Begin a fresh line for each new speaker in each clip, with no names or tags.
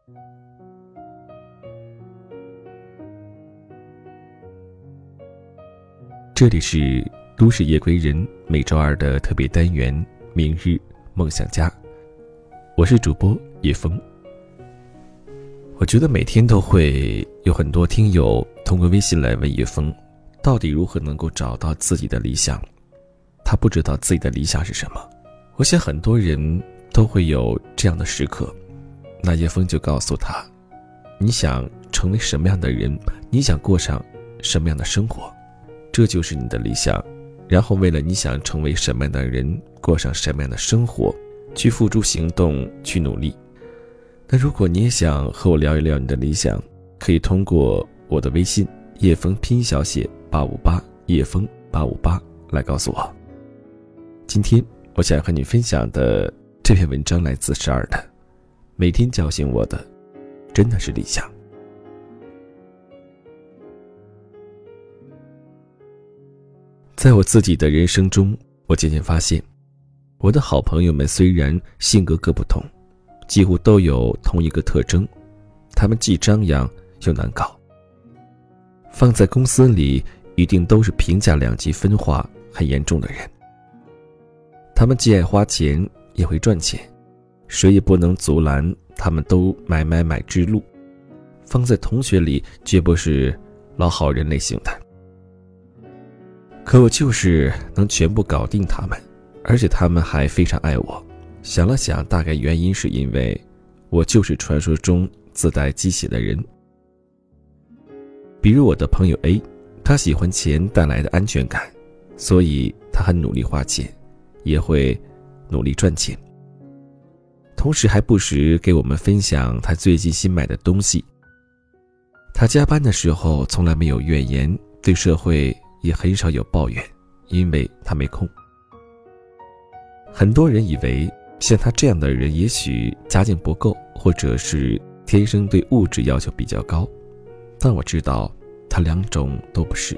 这里是都市夜归人每周二的特别单元明日梦想家，我是主播叶枫。我觉得每天都会有很多听友通过微信来问叶枫，到底如何能够找到自己的理想。他不知道自己的理想是什么。我想很多人都会有这样的时刻，那叶枫就告诉他，你想成为什么样的人，你想过上什么样的生活，这就是你的理想。然后为了你想成为什么样的人，过上什么样的生活，去付诸行动，去努力。那如果你也想和我聊一聊你的理想，可以通过我的微信叶枫拼音小写858叶枫858来告诉我。今天我想和你分享的这篇文章来自12的，每天叫醒我的真的是理想。在我自己的人生中，我渐渐发现，我的好朋友们虽然性格各不同，几乎都有同一个特征，他们既张扬又难搞。放在公司里，一定都是评价两极分化很严重的人。他们既爱花钱，也会赚钱，谁也不能阻拦他们都买之路。放在同学里，绝不是老好人类型的。可我就是能全部搞定他们，而且他们还非常爱我。想了想，大概原因是因为我就是传说中自带鸡血的人。比如我的朋友 A， 他喜欢钱带来的安全感，所以他很努力花钱，也会努力赚钱，同时还不时给我们分享他最近新买的东西。他加班的时候从来没有怨言，对社会也很少有抱怨，因为他没空。很多人以为像他这样的人也许家境不够，或者是天生对物质要求比较高，但我知道他两种都不是。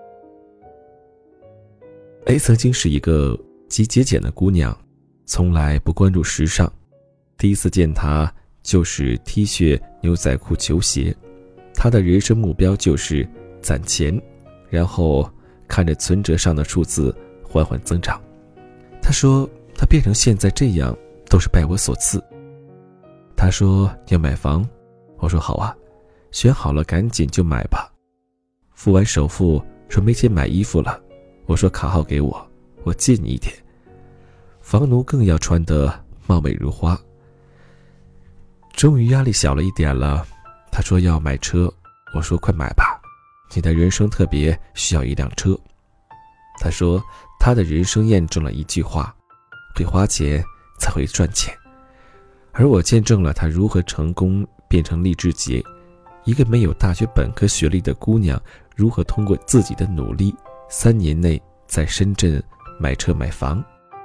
A 曾经是一个极节俭的姑娘，从来不关注时尚，第一次见她就是 T 恤、牛仔裤、球鞋。她的人生目标就是攒钱，然后看着存折上的数字缓缓增长。她说她变成现在这样都是拜我所赐。她说要买房，我说好啊，选好了赶紧就买吧。付完首付说没钱买衣服了，我说卡号给我，我借你一点。房奴更要穿得貌美如花。终于压力小了一点了，他说要买车，我说快买吧，你的人生特别需要一辆车。他说他的人生验证了一句话，会花钱才会赚钱。而我见证了他如何成功变成励志姐，一个没有大学本科学历的姑娘，如何通过自己的努力3年内在深圳买车买房。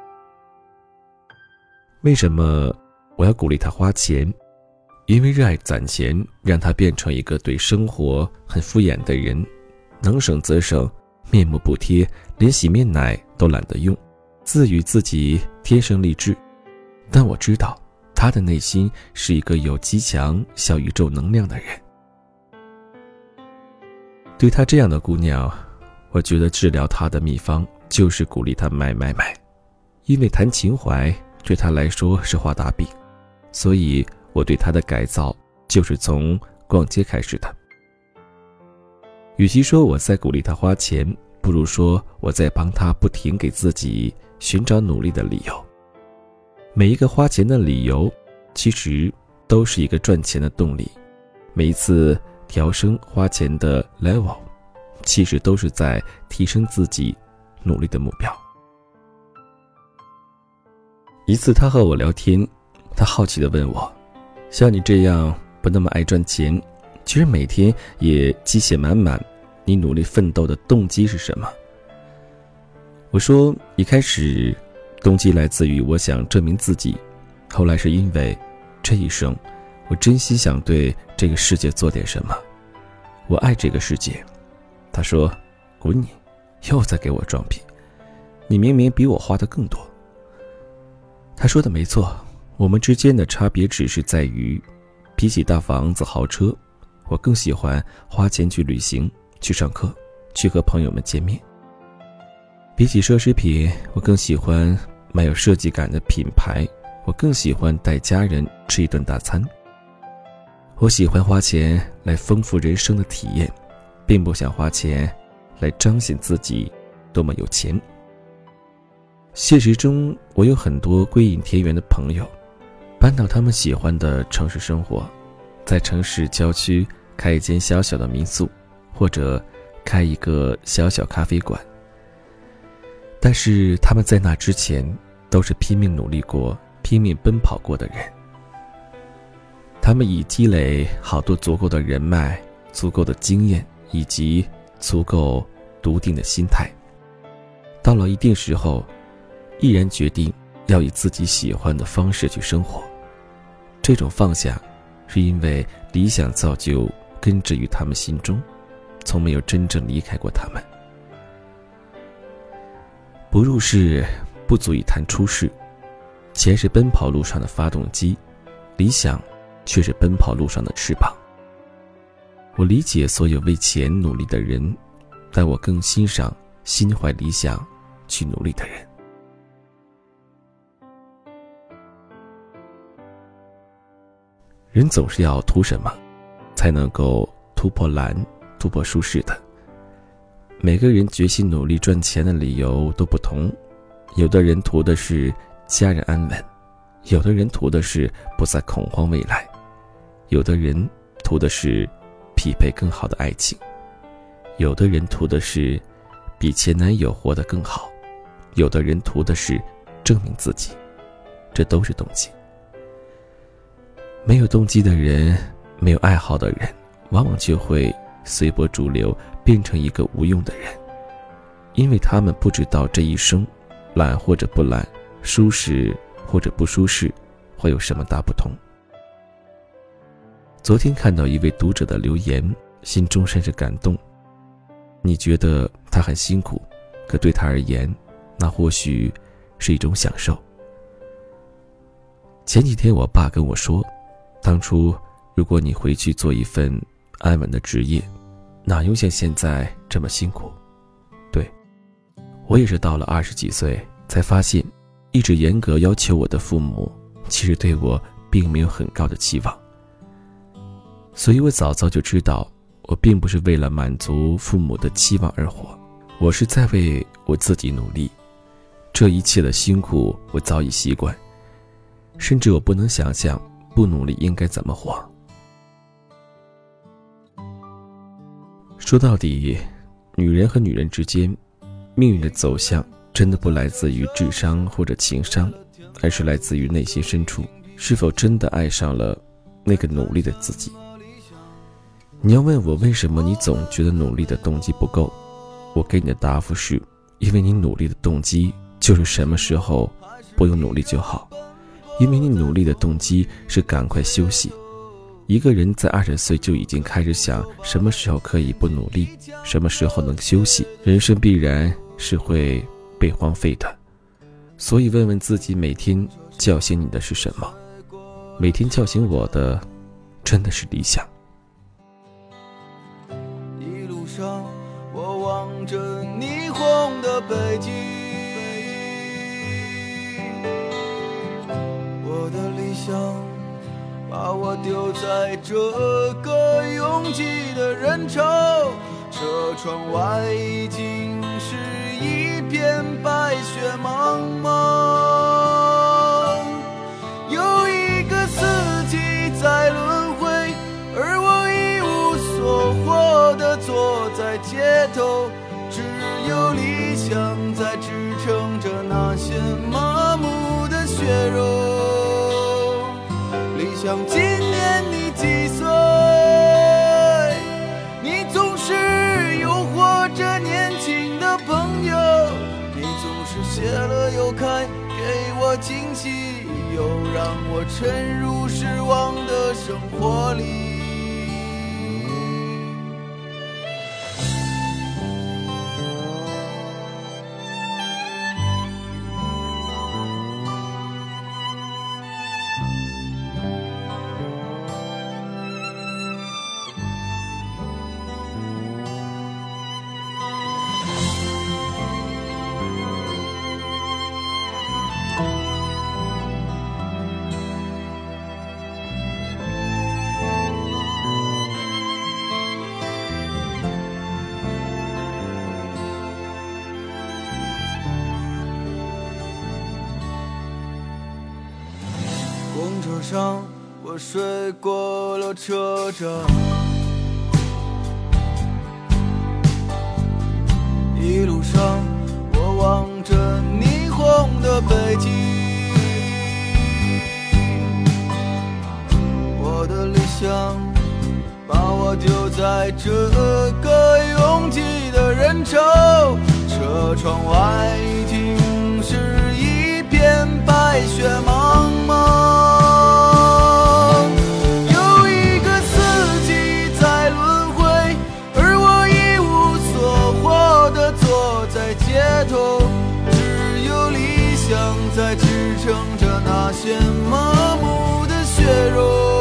为什么我要鼓励她花钱？因为热爱攒钱，让她变成一个对生活很敷衍的人，能省则省，面目不贴，连洗面奶都懒得用，自诩自己天生丽质。但我知道她的内心是一个有极强小宇宙能量的人。对她这样的姑娘，我觉得治疗她的秘方就是鼓励她买，因为谈情怀对她来说是画大饼，所以我对她的改造就是从逛街开始的。与其说我在鼓励她花钱，不如说我在帮她不停给自己寻找努力的理由。每一个花钱的理由其实都是一个赚钱的动力，每一次调升花钱的 level， 其实都是在提升自己努力的目标。一次他和我聊天，他好奇地问我，像你这样不那么爱赚钱，其实每天也鸡血满满，你努力奋斗的动机是什么？我说一开始动机来自于我想证明自己，后来是因为这一生我真心想对这个世界做点什么，我爱这个世界。他说滚你，又在给我装逼，你明明比我花的更多。他说的没错，我们之间的差别只是在于比起大房子豪车，我更喜欢花钱去旅行，去上课，去和朋友们见面。比起奢侈品，我更喜欢蛮有设计感的品牌，我更喜欢带家人吃一顿大餐。我喜欢花钱来丰富人生的体验，并不想花钱来彰显自己多么有钱。现实中，我有很多归隐田园的朋友，搬到他们喜欢的城市生活，在城市郊区开一间小小的民宿，或者开一个小小咖啡馆。但是他们在那之前都是拼命努力过、拼命奔跑过的人。他们已积累好多足够的人脉、足够的经验以及足够笃定的心态。到了一定时候，毅然决定要以自己喜欢的方式去生活。这种放下，是因为理想造就根植于他们心中，从没有真正离开过他们。不入世，不足以谈出世。钱是奔跑路上的发动机，理想却是奔跑路上的翅膀。我理解所有为钱努力的人，但我更欣赏心怀理想去努力的人。人总是要图什么，才能够突破栏、突破舒适的。每个人决心努力赚钱的理由都不同，有的人图的是家人安稳，有的人图的是不再恐慌未来，有的人图的是匹配更好的爱情，有的人图的是比前男友活得更好，有的人图的是证明自己。这都是动机。没有动机的人，没有爱好的人，往往就会随波逐流，变成一个无用的人，因为他们不知道这一生懒或者不懒，舒适或者不舒适会有什么大不同。昨天看到一位读者的留言，心中甚是感动。你觉得他很辛苦，可对他而言，那或许是一种享受。前几天我爸跟我说，当初如果你回去做一份安稳的职业，哪用像现在这么辛苦。对，我也是到了20几岁才发现，一直严格要求我的父母其实对我并没有很高的期望。所以我早早就知道，我并不是为了满足父母的期望而活，我是在为我自己努力。这一切的辛苦我早已习惯，甚至我不能想象不努力应该怎么活。说到底，女人和女人之间，命运的走向真的不来自于智商或者情商，而是来自于内心深处是否真的爱上了那个努力的自己。你要问我为什么你总觉得努力的动机不够，我给你的答复是，因为你努力的动机就是什么时候不用努力就好，因为你努力的动机是赶快休息。一个人在20岁就已经开始想什么时候可以不努力，什么时候能休息，人生必然是会被荒废的。所以问问自己，每天叫醒你的是什么？每天叫醒我的真的是理想。
一路上我望着霓虹的北京，我的理想把我丢在这个拥挤的人潮，车窗外已经是一片白雪茫茫，有一个四季在轮回，而我一无所获地坐在街头，只有理想在支撑着那些麻木的血肉。想今年你几岁？你总是诱惑着年轻的朋友，你总是谢了又开，给我惊喜，又让我沉入失望的生活里。 上我睡过了车站，一路上我望着霓虹的北京，我的理想把我丢在这个拥挤的人潮，车窗外尽是一片白雪茫茫，有一个四季在轮回，而我一无所获地坐在街头，只有理想在支撑着那些麻木的血肉。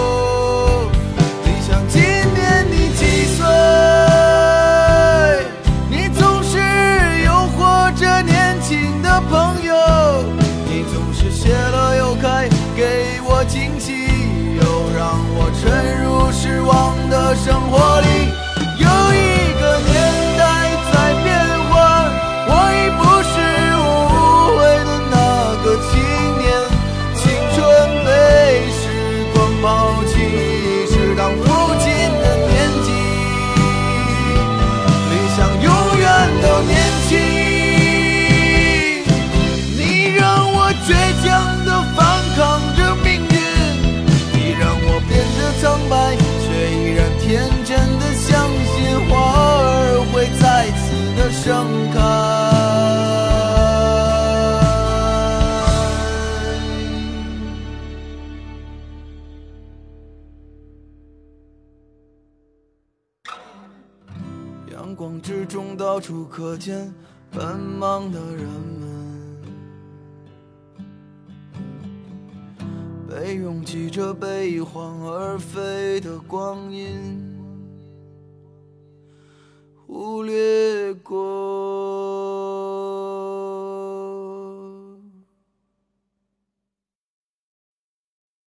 朋友，你总是谢了又开，给我惊喜，又让我沉入失望的生活里。有一个年代在变换，我已不是我误会的那个青年，青春被时光抛弃，是当父亲的年纪，理想永远都年轻。倔强地反抗着命运，你让我变得苍白，却依然天真地相信花儿会再次的盛开。阳光之中到处可见奔忙的人们，被拥挤着被一晃而飞的光阴。